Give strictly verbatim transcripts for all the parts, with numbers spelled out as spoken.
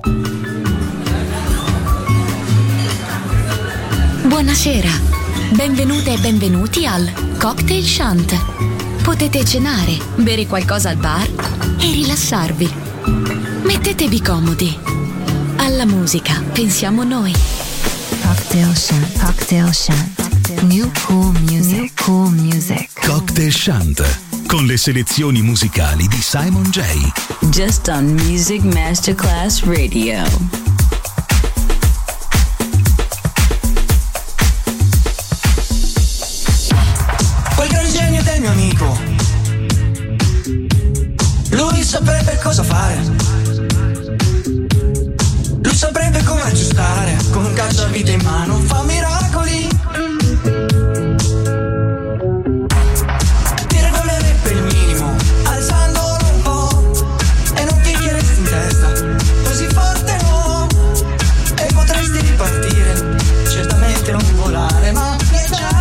Buonasera, benvenute e benvenuti al Cocktail Shant. Potete cenare, bere qualcosa al bar e rilassarvi. Mettetevi comodi. Alla musica pensiamo noi. Cocktail Shant, Cocktail Shant. New cool music, New cool music. Cocktail Shant, con le selezioni musicali di Simon J. Just on Music Masterclass Radio. Quel gran genio del mio amico, lui saprebbe cosa fare, lui saprebbe come aggiustare, con un cacciavite in mano fa miracoli. Tirerebbe il minimo, alzandolo un po', e non picchieresti in testa, così forte no, e potresti ripartire, certamente non volare ma viaggiare.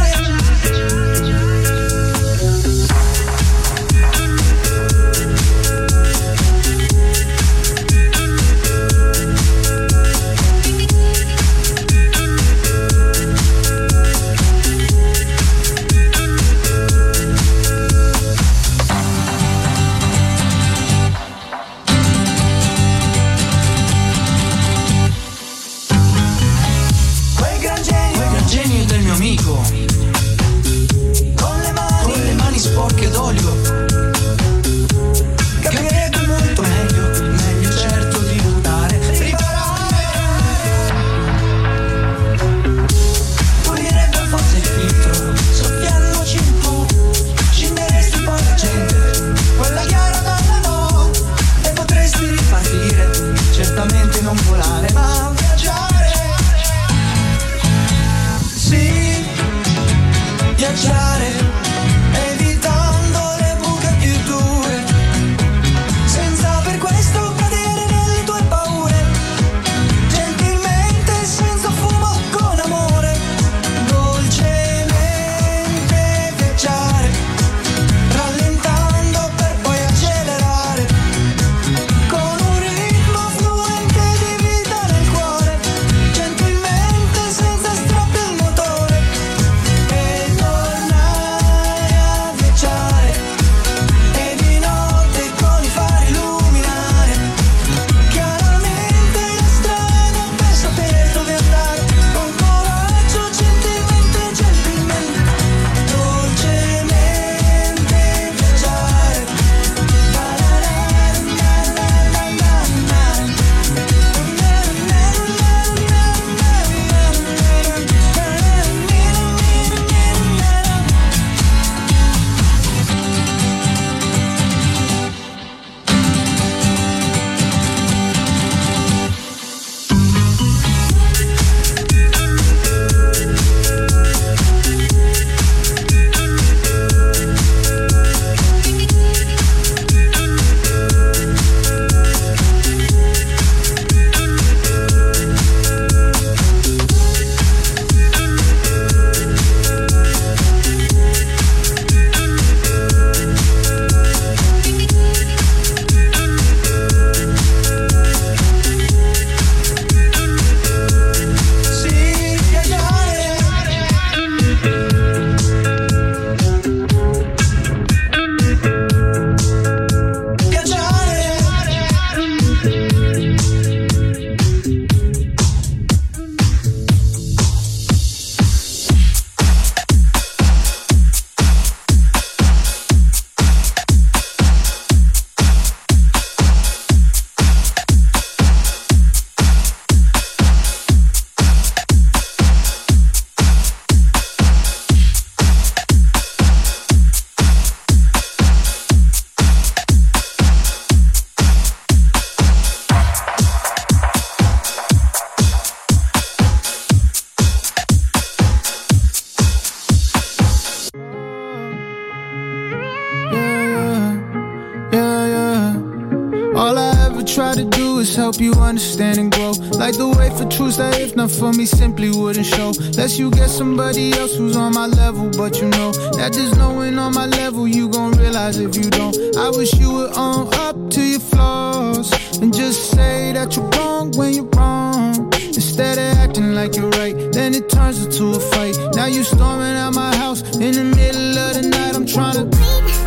Con le mani, con le mani sporche d'olio, capirebbe molto meglio, meglio certo di nuotare, riparare. Pulirebbe forse il filtro, soffiandoci un po', scenderesti poi la gente, quella chiara dalla no, e potresti ripartire, certamente non volare ma viaggiare. Sì, viaggiare, evitando le buche più dure, senza per questo cadere nelle tue paure, gentilmente, senza fumo, con amore, dolcemente viaggiare, rallentando per poi accelerare, con un ritmo fluente di vita understand and grow. Like the way for truths that if not for me simply wouldn't show. Lest you get somebody else who's on my level, but you know that there's no one on my level. You gon' realize if you don't. I wish you would own up to your flaws and just say that you're wrong when you're wrong. Instead of acting like you're right, then it turns into a fight. Now you storming out my house in the middle of the night. I'm trying to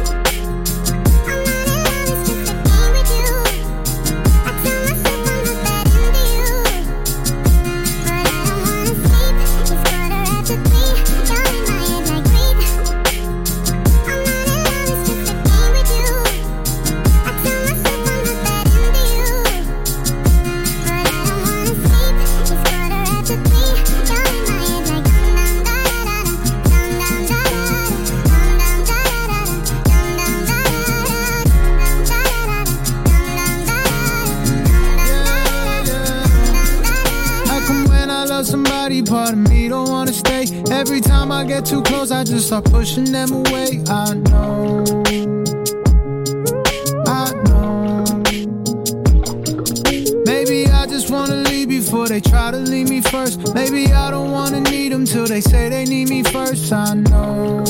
part of me don't wanna stay. Every time I get too close, I just start pushing them away. I know, I know. Maybe I just wanna leave before they try to leave me first. Maybe I don't wanna need them till they say they need me first. I know,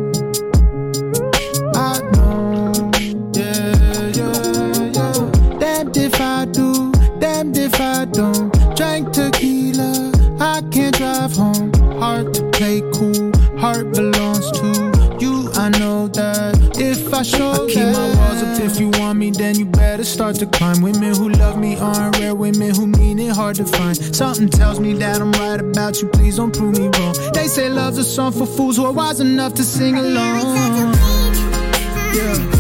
I know, yeah, yeah, yeah. Damned if I do, damned if I don't. Drank tequila, I can't drive home. Hard to play cool, heart belongs to you. I know that if I show I keep that. My walls up. If you want me, then you better start to climb. Women who love me aren't rare. Women who mean it hard to find. Something tells me that I'm right about you. Please don't prove me wrong. They say love's a song for fools who are wise enough to sing along. Yeah.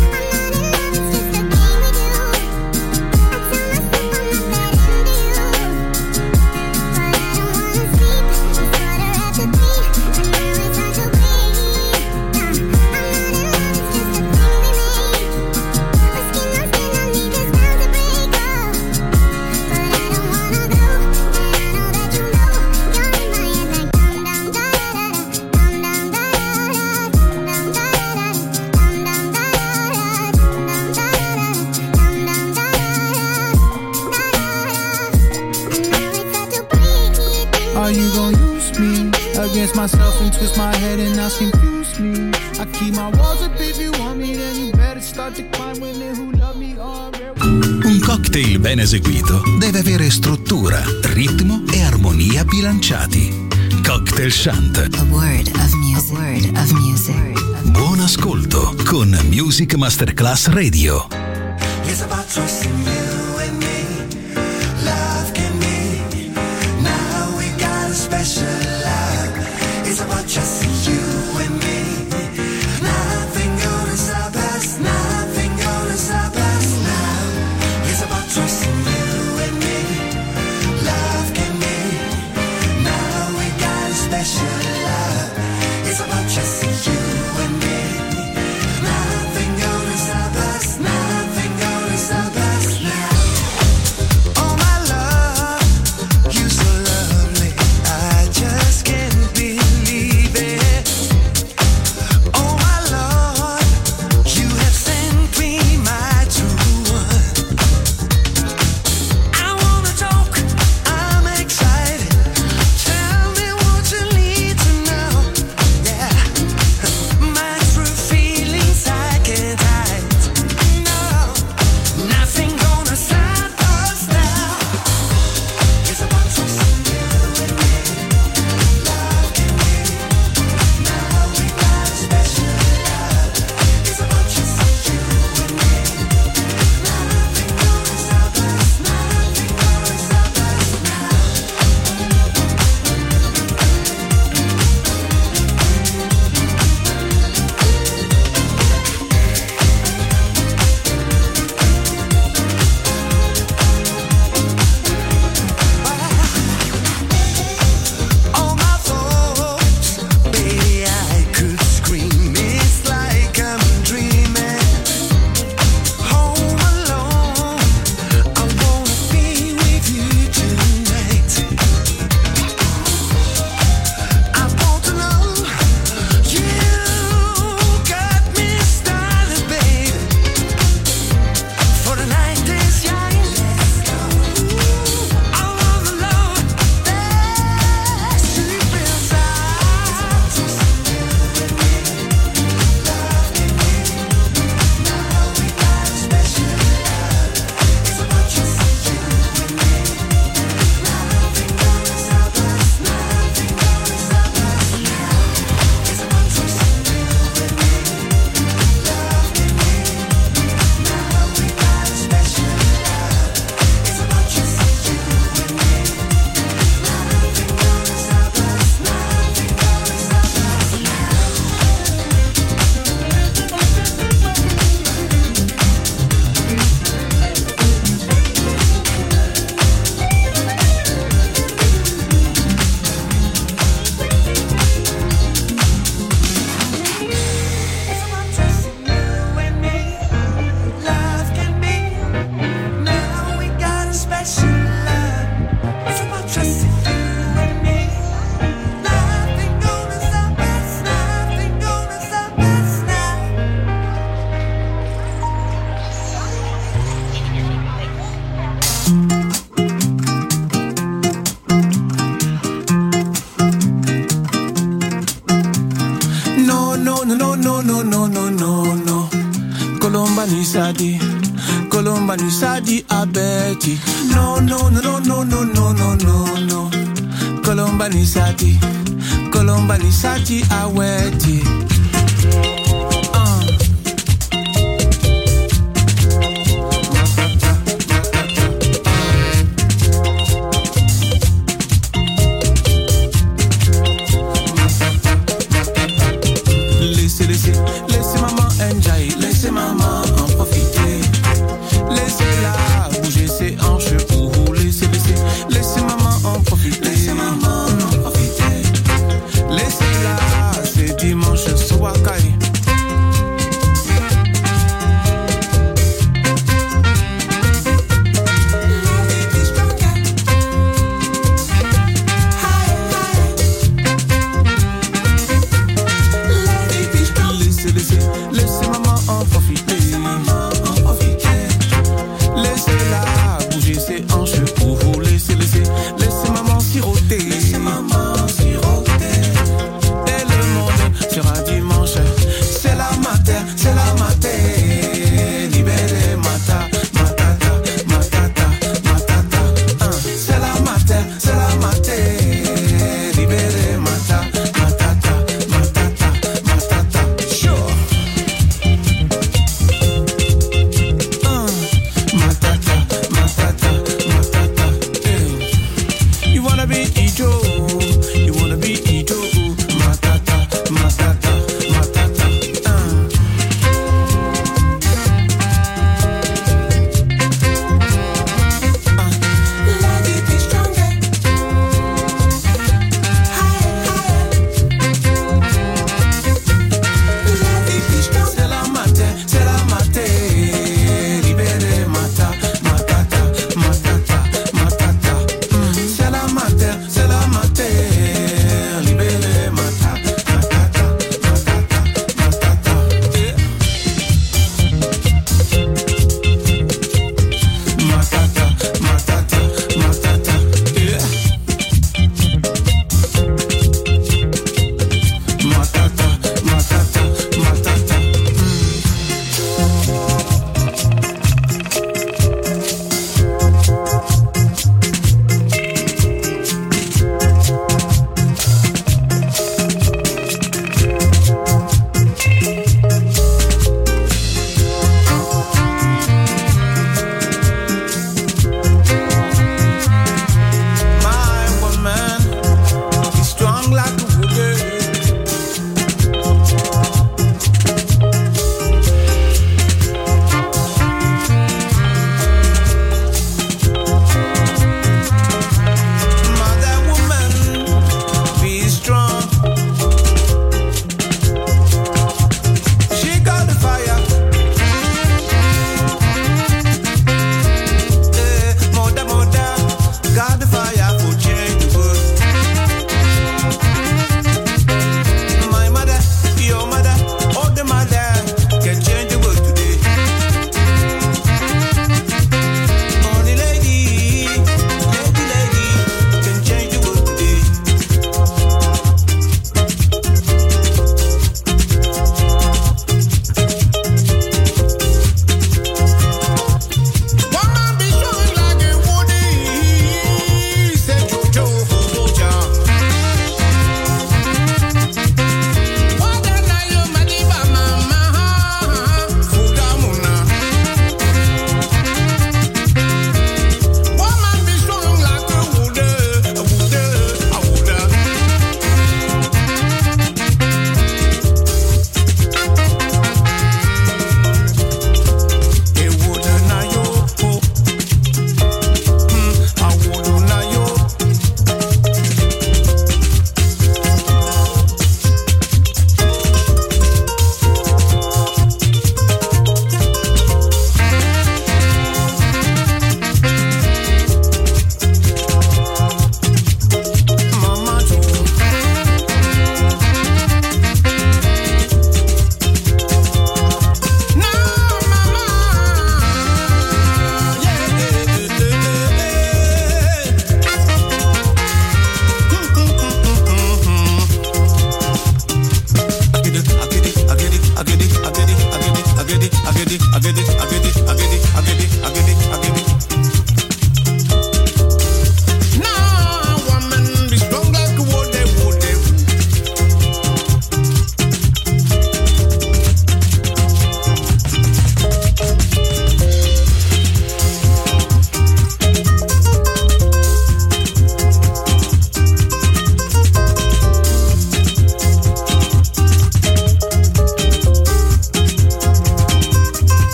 Myself and twist my head and now confuse me. I keep my walls up. If you want me, then you better start to climb. Women who love me are rare. Un cocktail ben eseguito deve avere struttura, ritmo e armonia bilanciati. Cocktail Shant. A word of music. A word of music. Buon ascolto con Music Masterclass Radio. It's about trusting you and me. Love can be. Now we got a special love. It's about trusting you and me. Nothing gonna stop us. Nothing gonna stop us now. It's about trusting you and me. Love can be. Now we got a special love. It's about trusting you and me. Nothing gonna stop us. Nothing gonna stop us now. Nisadi, Colomba Nisadi Abeti. No, no, no, no, no, no, no, no, no, no. Colomba Nisadi, Colomba Nisadi Aweti. Laissez maman enjoy, laissez maman en profiter. Laissez-la bouger ses hanches pour vous. Laissez, laissez, laissez maman en profiter. Laissez maman en profiter. Laissez-la, c'est dimanche, Sowakai.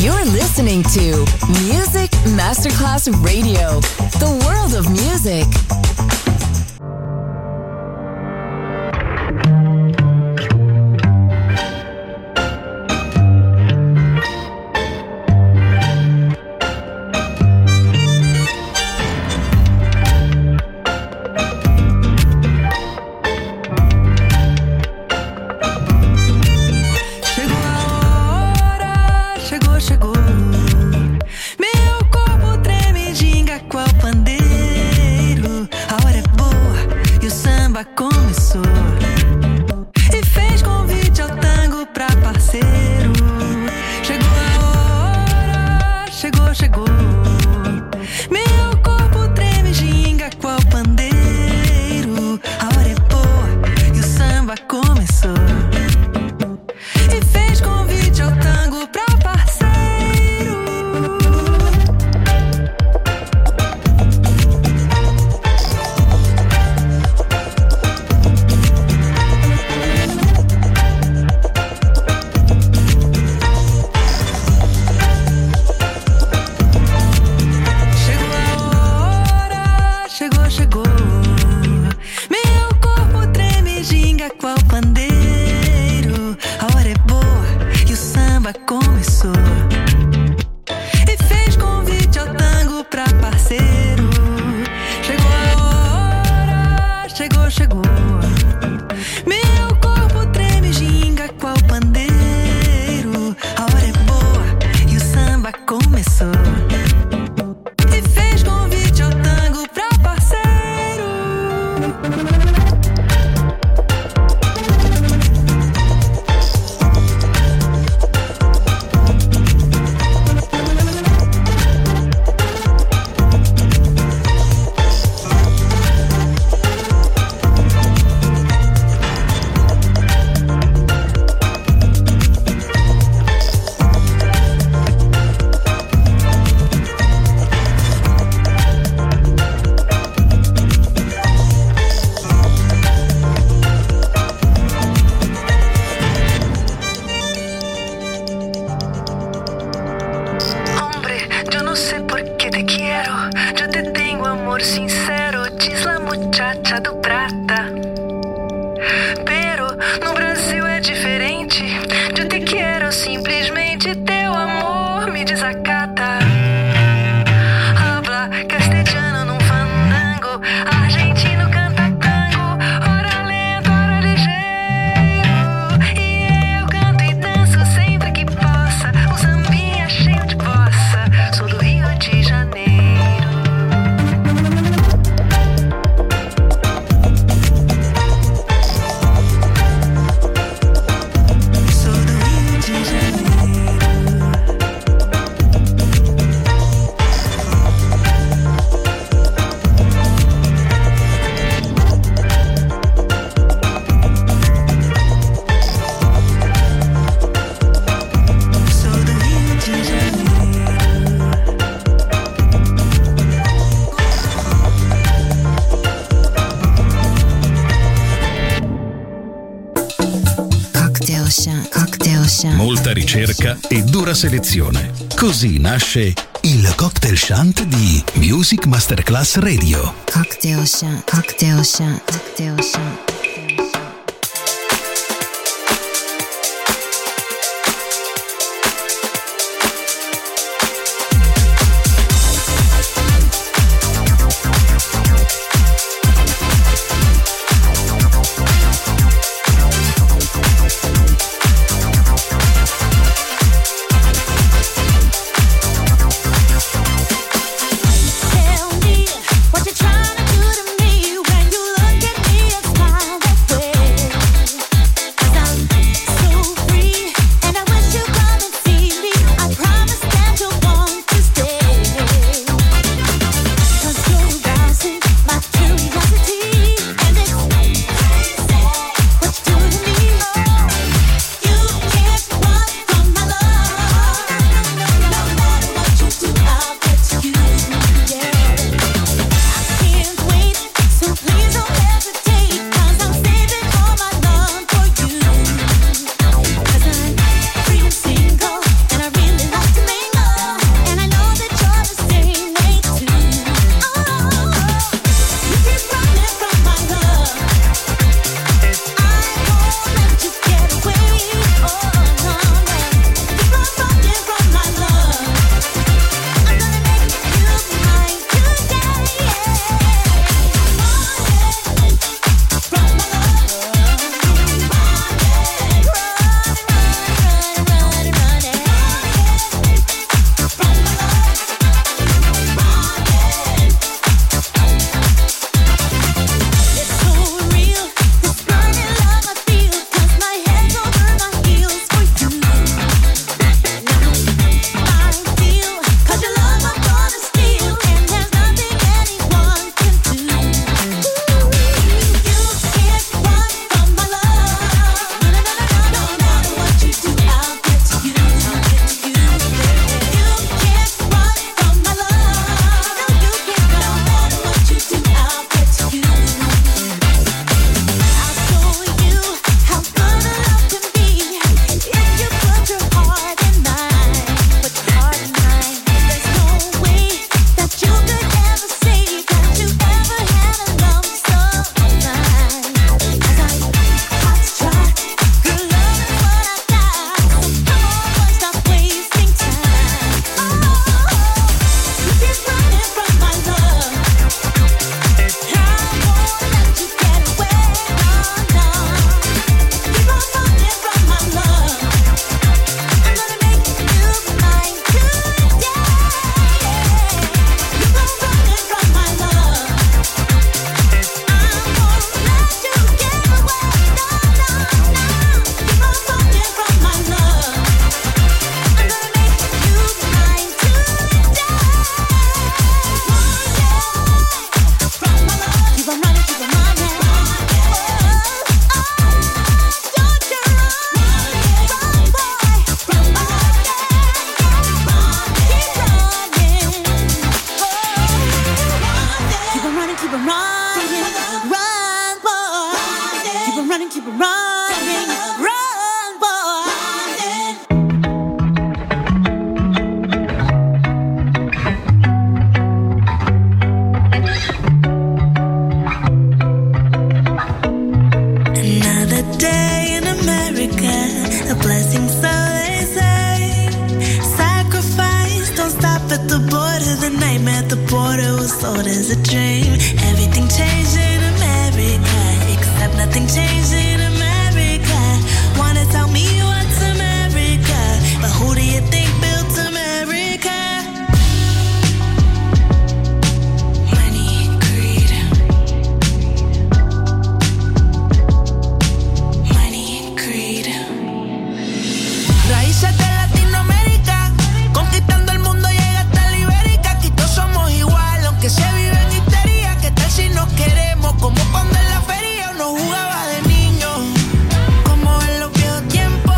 You're listening to Music Masterclass Radio, the world of music. Molta ricerca e dura selezione. Così nasce il Cocktail Shant di Music Masterclass Radio. Cocktail Shant, Cocktail Shant, Cocktail Shant. Tell me what you're trying to do to me when you look at me and smile. border was sold as a dream. Everything changed in America, except nothing changed in America. Wanna tell me what's America, but who do you think built America? Money, greed. Money, greed. Raíces de Latinoamérica, conquistando el mundo llega hasta la Ibérica. Aquí todos somos igual, aunque se vive en histeria. ¿Qué tal si nos queremos como cuando en la feria uno jugaba de niño? Como en los viejos tiempos,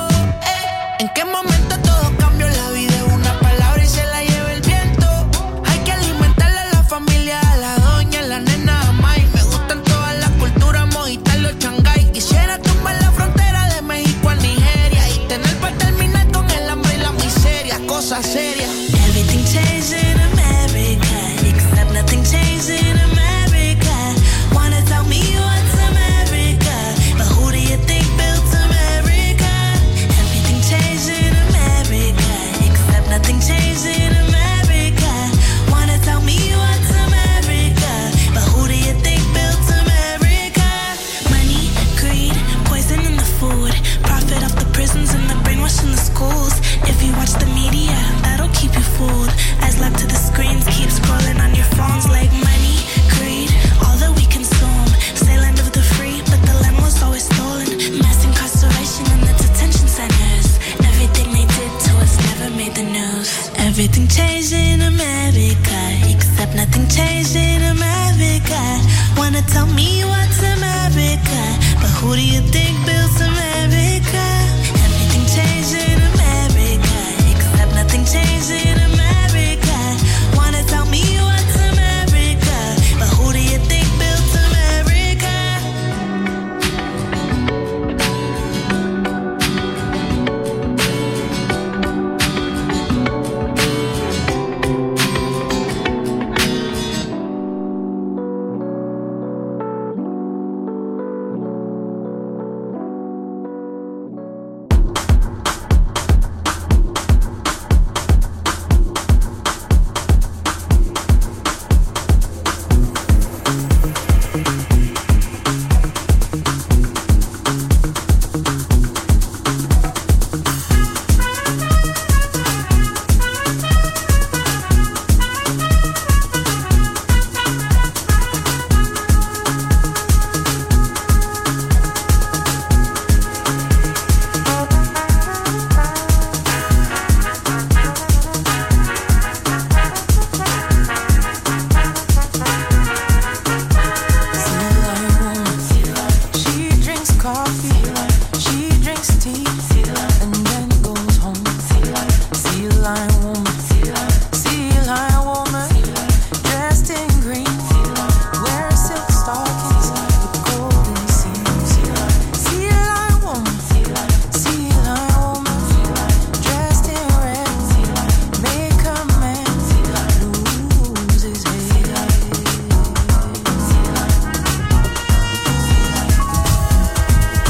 eh. ¿En qué momento todo cambió? La vida es una palabra y se la lleva el viento. Hay que alimentarle a la familia, a la doña, a la nena, a May. Me gustan todas las culturas, mojitalo, Shanghái. Quisiera tumbar la frontera de México a Nigeria y tener para terminar con el hambre y la miseria, cosas serias. Everything changed in America, except nothing changed in America. Wanna tell me what's America, but who do you think built America? Everything changed in America, except nothing changed in America. Wanna tell me what's America, but who do you think built America? Money, greed, poison in the food, profit off the prisons and the brainwashing the schools. If you watch the media, that'll keep you fooled. Eyes locked to the screens, keep scrolling on your phones like money, greed, all that we consume. Say land of the free, but the land was always stolen. Mass incarceration in the detention centers. Everything they did to us never made the news. Everything changed in America, except nothing changed in America. Wanna tell me what's America, but who do you think built America? Everything changed in America, except nothing changed in America. Wanna tell me what's America, but who do you think built America?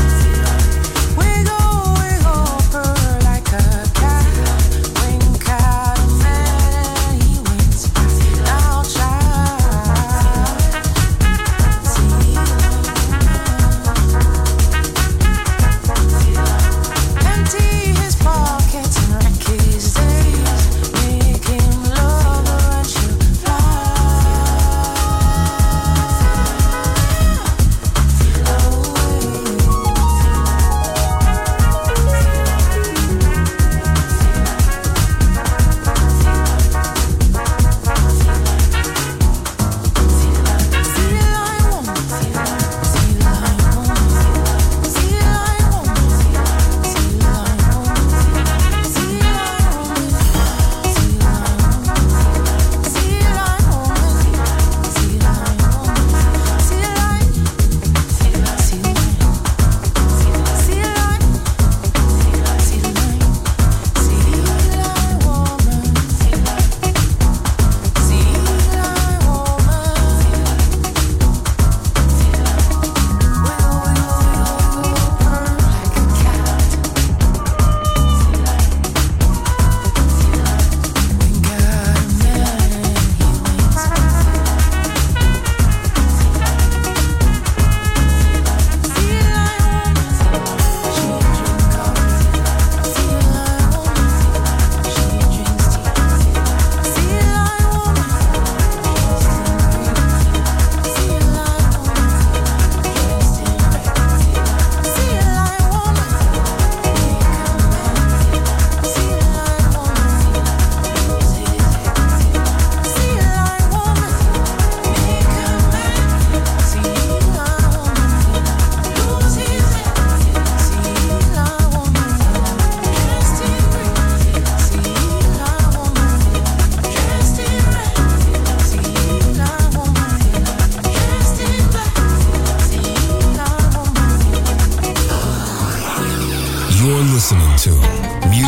Wiggle, wiggle, purr like a cat. Wink cat.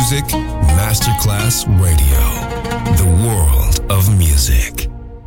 Music Masterclass Radio. The world of music.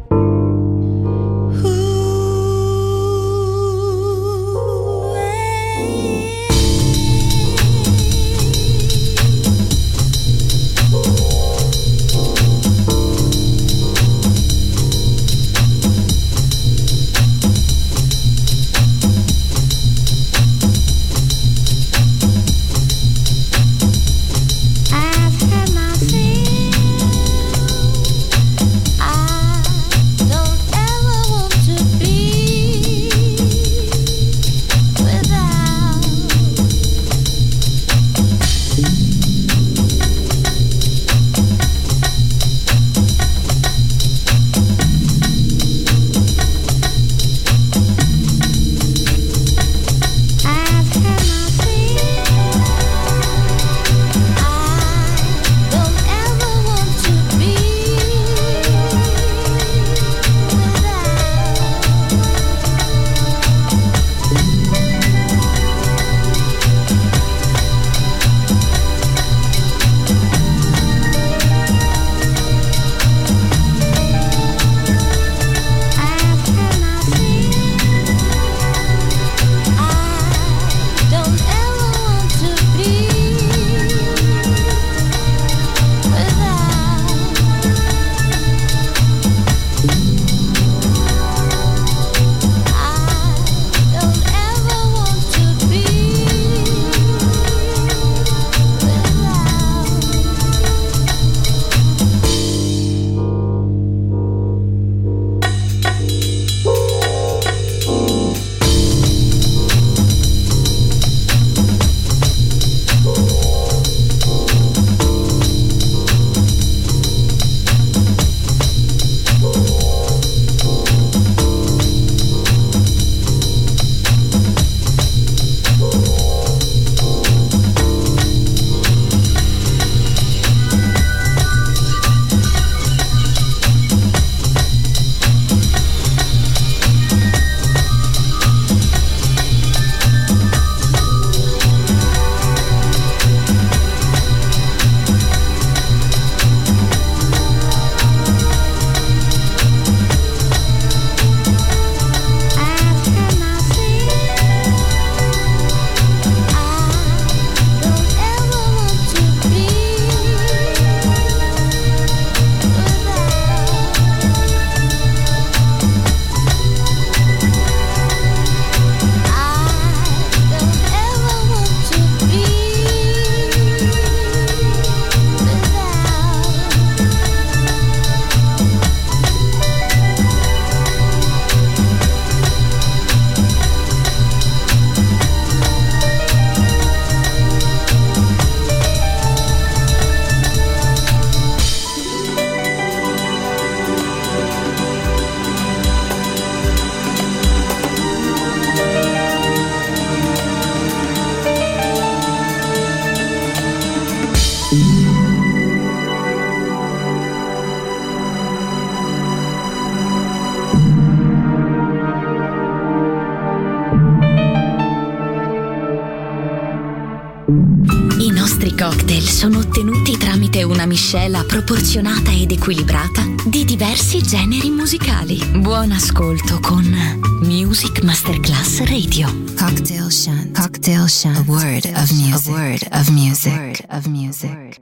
I nostri cocktail sono ottenuti tramite una miscela proporzionata ed equilibrata di diversi generi musicali. Buon ascolto con Music Masterclass Radio. Cocktail Shant. Cocktail Shant. A word of music. A word of music. A word of music.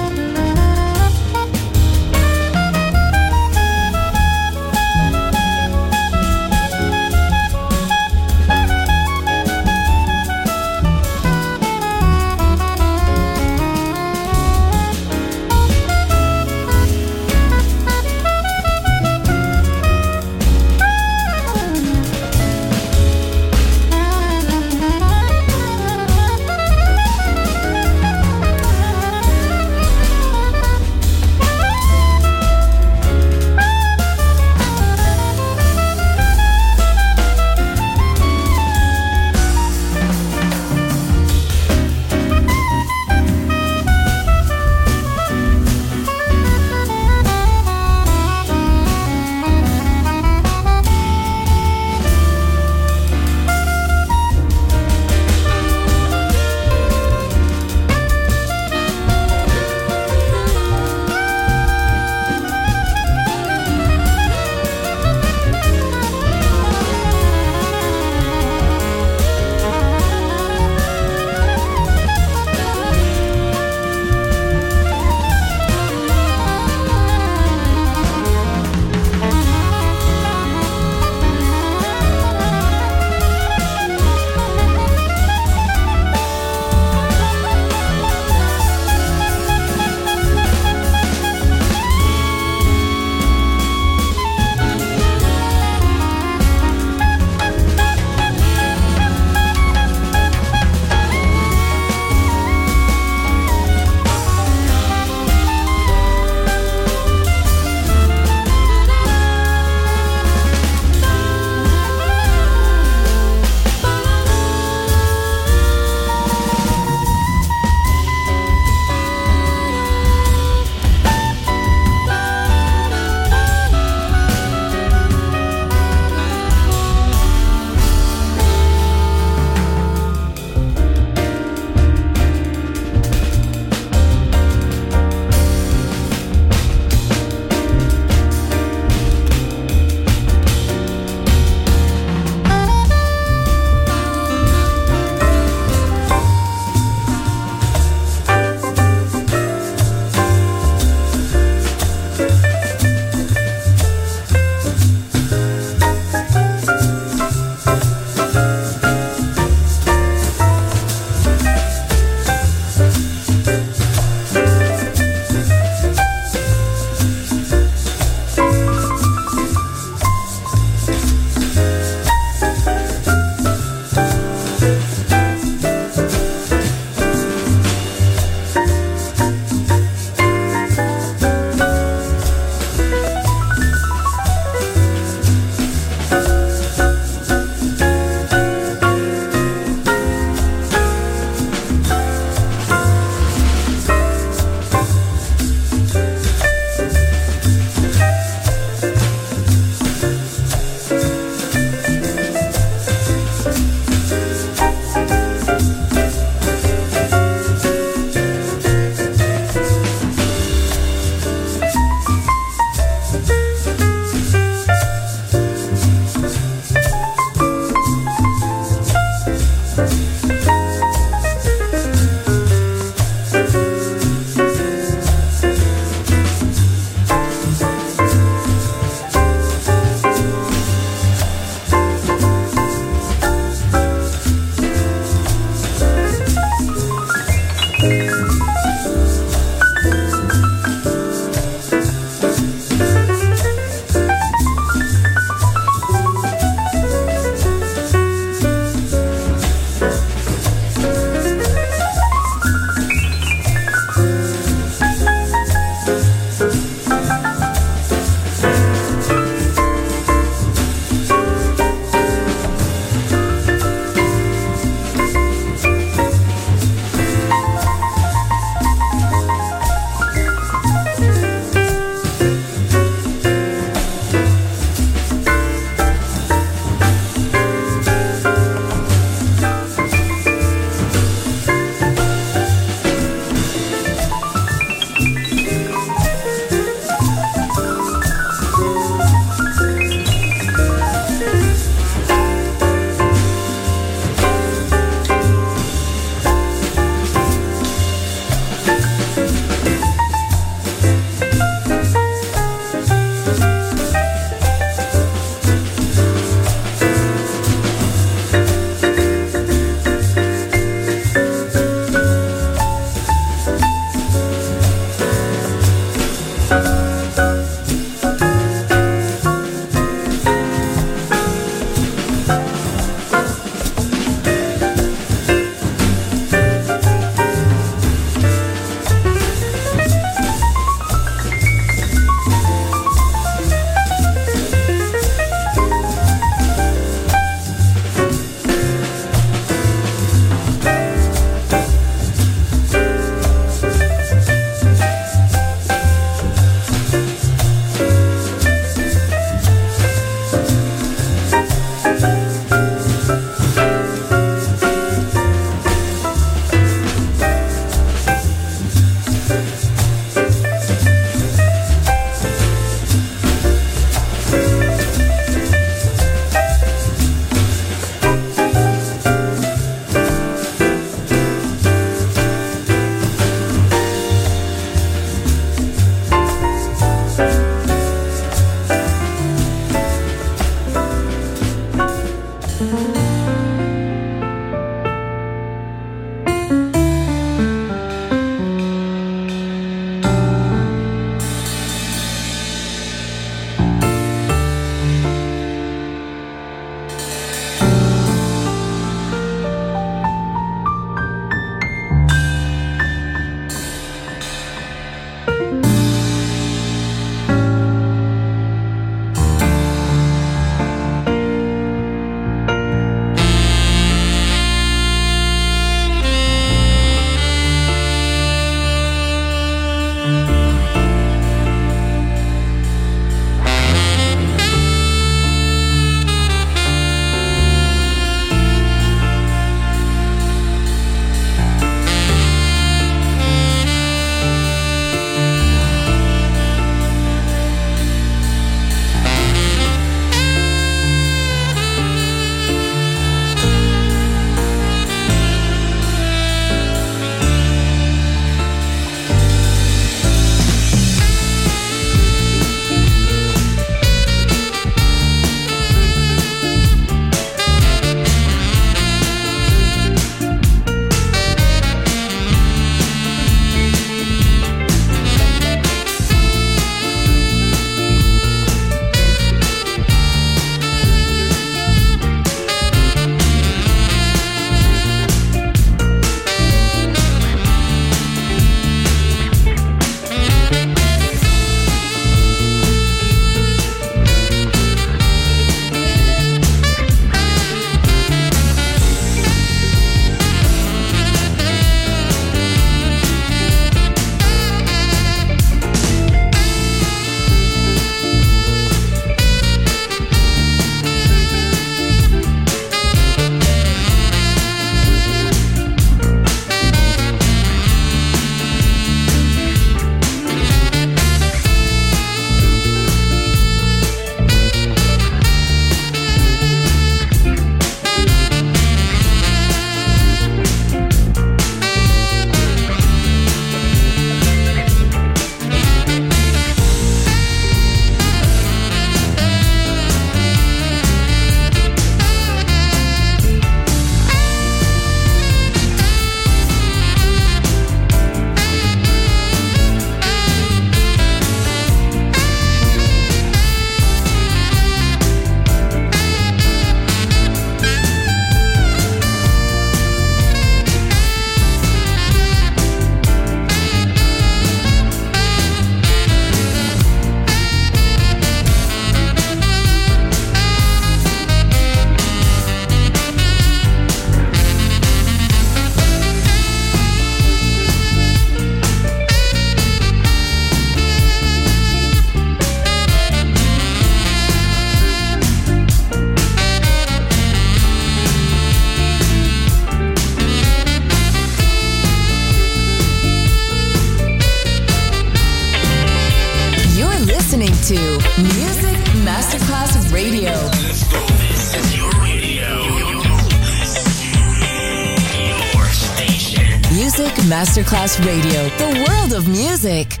Masterclass Radio, the world of music.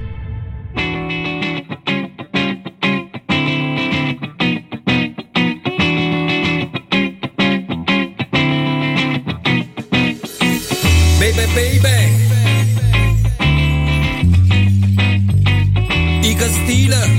Baby, baby, Ica stile,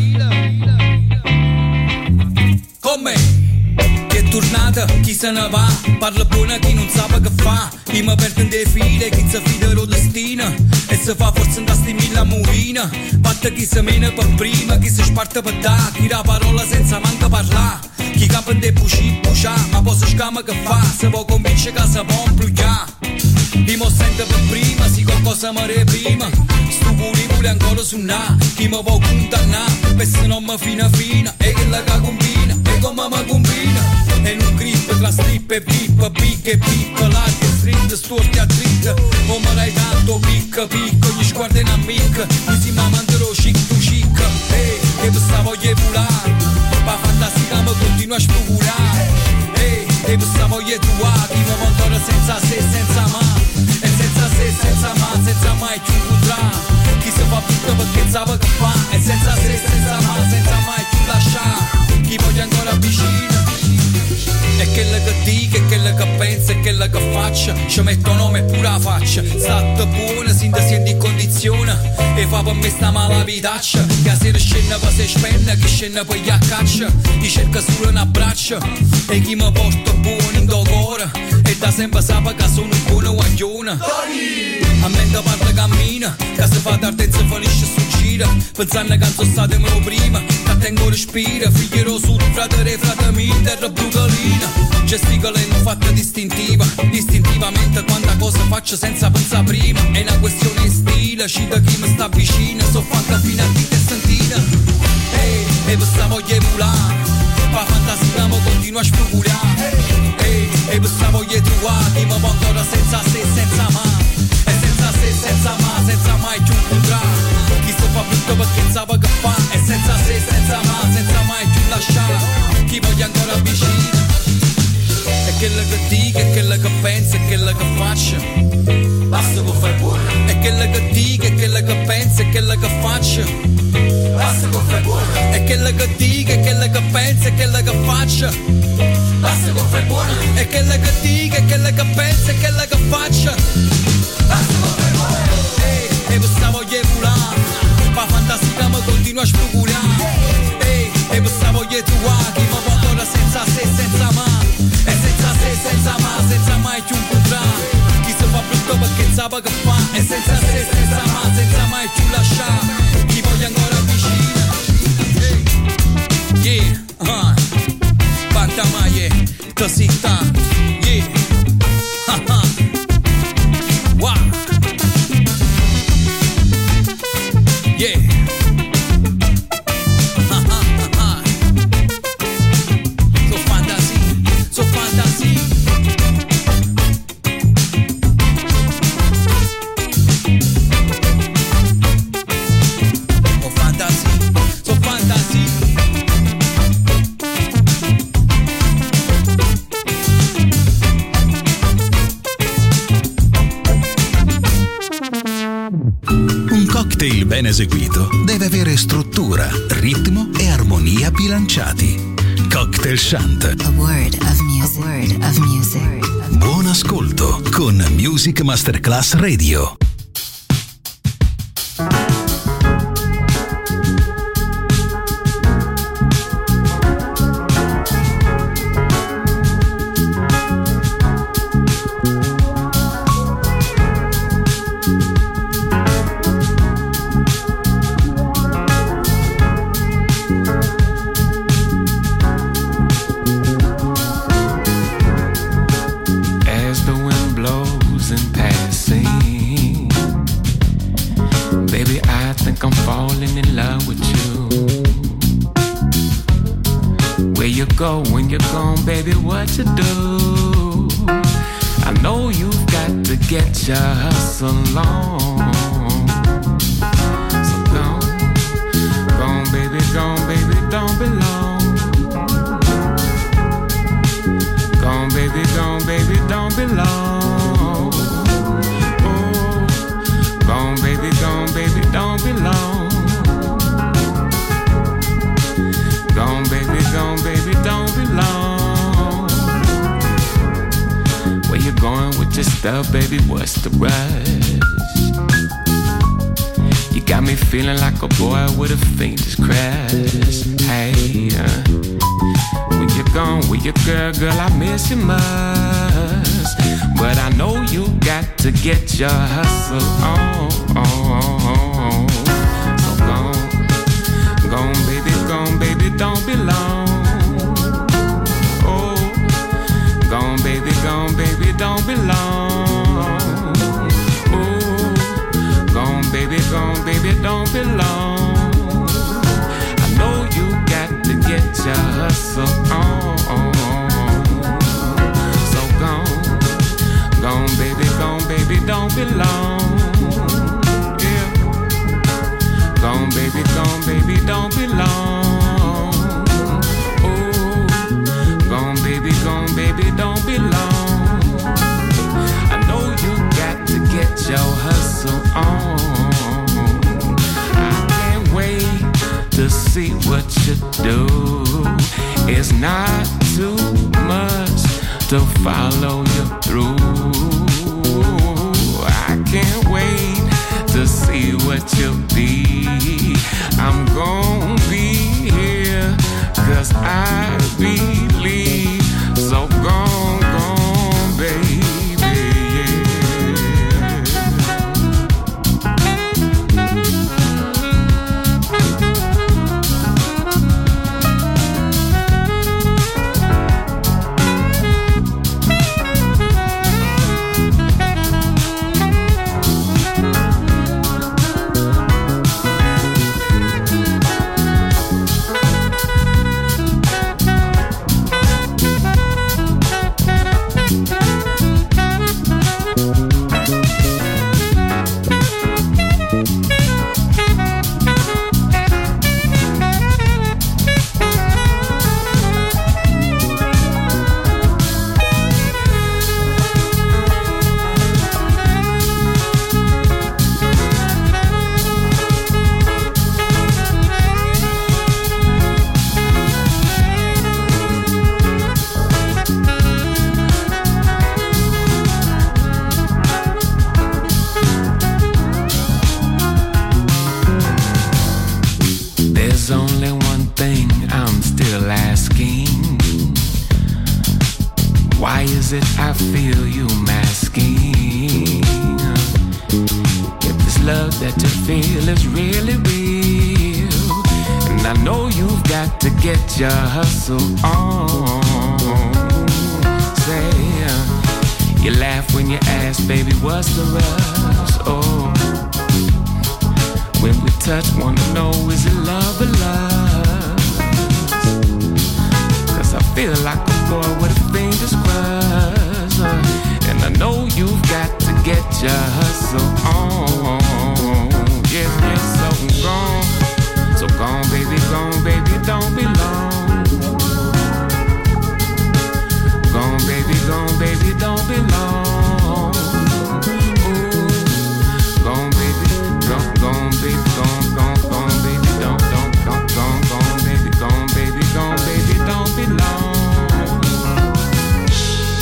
come? Chi è tornata, chi se ne va, parla buona chi non sa che fa. Chi mi perde in dei file, chi si fida lo destino e si fa forse in tasti mille movina. Batte chi si mena per prima, chi si sparte per da, chi la parola senza manca parla. Chi campa in dei buci, bucia, ma poi si scama che fa, se può convincere che si può implugliare. Chi mo sente per prima, si qualcosa mi reprima. Stu pure vuole ancora suonare, chi mi può condannare, per se non mi fina fina, e che la ca combina, e come mi combina. E non grip tra strip e pip, pic e pip, larghe strit, storti a dritt. O me l'hai tanto pic, pic, gli sguardi in amic, mi si ma manderò chic tu chic. Ehi, che questa voglia volare, ma fantastica mi continua a spugurare. Ehi, che questa voglia tua, chi mi va ancora senza se, senza ma. E senza se, senza ma, senza mai più potrà. Chi si fa tutto perché sa che fa. E senza se, senza ma, senza mai più lasciare. Chi voglia ancora vicino. E quella che dica, e quella che pensa, e quella che faccia, ci metto nome pure la faccia. State buona, sin da siete in condizione, e fa per me sta mala vitaccia. Che a sera scende per se spende, che scende per gli accaccia. Chi cerca solo un abbraccio, e chi mi porta buono in do cuore, e da sempre sape che sono un buono guaglione. A mente parla cammina, che se fa tardi e si finisce su gira. Pensando che non sono state meno prima, che tengo respira. Figliero sud, fratello e fratelli, terra brugalina. Gesticolendo fatta distintiva, distintivamente quanta cosa faccio senza pensare prima. È una questione di stile, ci da chi mi sta vicino, so fatta fino a dita e sentina. Ehi, e questa voglia volare, fa fantasia ma continua a spugurare. Ehi, e questa voglia trovare, chi mi va ancora senza se, senza ma. E senza se, senza ma, senza mai più incontrare. Chi si fa tutto perché sa che fa. E senza se, senza ma, senza mai più lasciare. Chi voglia ancora vicino. E quella che dica, e quella che pensa, e quella che faccia, basta che fai buono. E quella che dica, e quella che pensa, e quella che faccia, basta che fai buono. E quella che dica, e quella che pensa, e quella che faccia, basta che fai buono. E quella che dica, e quella che pensa, e quella che faccia, basta che fai buono. Ehi, e questa voglia volare, fa fantastica ma continua a spugurare. Ehi, e questa voglia tua, chi mi va ancora senza se, senza ma. E senza se, senza ma, senza mai più incontrare. Chi si fa brutto perché sa che fa. E senza se, senza ma, senza mai più lasciare. Chi voglia ancora vicino. Hey. Yeah, uh. Pantamaie, tosita. Yeah, haha. Wow. Yeah. cocktail ben eseguito deve avere struttura, ritmo e armonia bilanciati. Cocktail Shant. A word of music. A word of music. Buon ascolto con Music Masterclass Radio. Go when you're gone, baby, what you do? I know you've got to get your hustle on. So gone, gone, baby, gone, baby, don't be long. Gone, baby, gone, baby, don't be long. Oh, going with your stuff, baby, what's the rush? You got me feeling like a boy with a faintest crash. Hey, uh, when you're gone with your girl, girl, I miss you much. But I know you got to get your hustle on. So gone, gone, baby, gone, baby, don't be long. Oh, gone, baby, gone, baby, don't be long. Oh, gone, baby, gone, baby, don't be long. I know you got to get your hustle on. So gone, gone, baby, gone, baby, don't be long. Yeah, gone, baby, gone, baby, don't be long. Oh, gone, baby, gone, baby, don't be long. I know you got to get your hustle on. I can't wait to see what you do. It's not too much to follow you through. I can't wait to see what you'll be. I'm gonna be here, cause I believe. So gone, gone, baby, yeah. Your hustle on. Say, uh, you laugh when you ask, baby, what's the rush? Oh, when we touch, wanna know, is it love or lust? Cause I feel like a boy with a finger's crush, uh, and I know you've got to get your hustle on. Yes, yes, so gone. So gone, baby, gone, baby, don't be long. Gone, baby, gone, baby, don't be long. Ooh, gone, baby, gone, gone, baby, gone, gone, gone, baby, don't, don't, gone, gone, gone, baby, gone, baby, gone, baby, don't be long.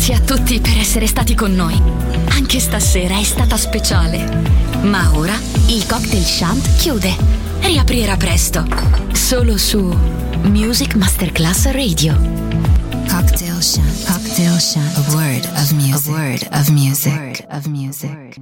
Grazie a tutti per essere stati con noi. Anche stasera è stata speciale. Ma ora il Cocktail Shant chiude. Riaprirà presto. Solo su Music Masterclass Radio. Cocktail Shant. Cocktail Shant. A word of music. A word of music. A word of music.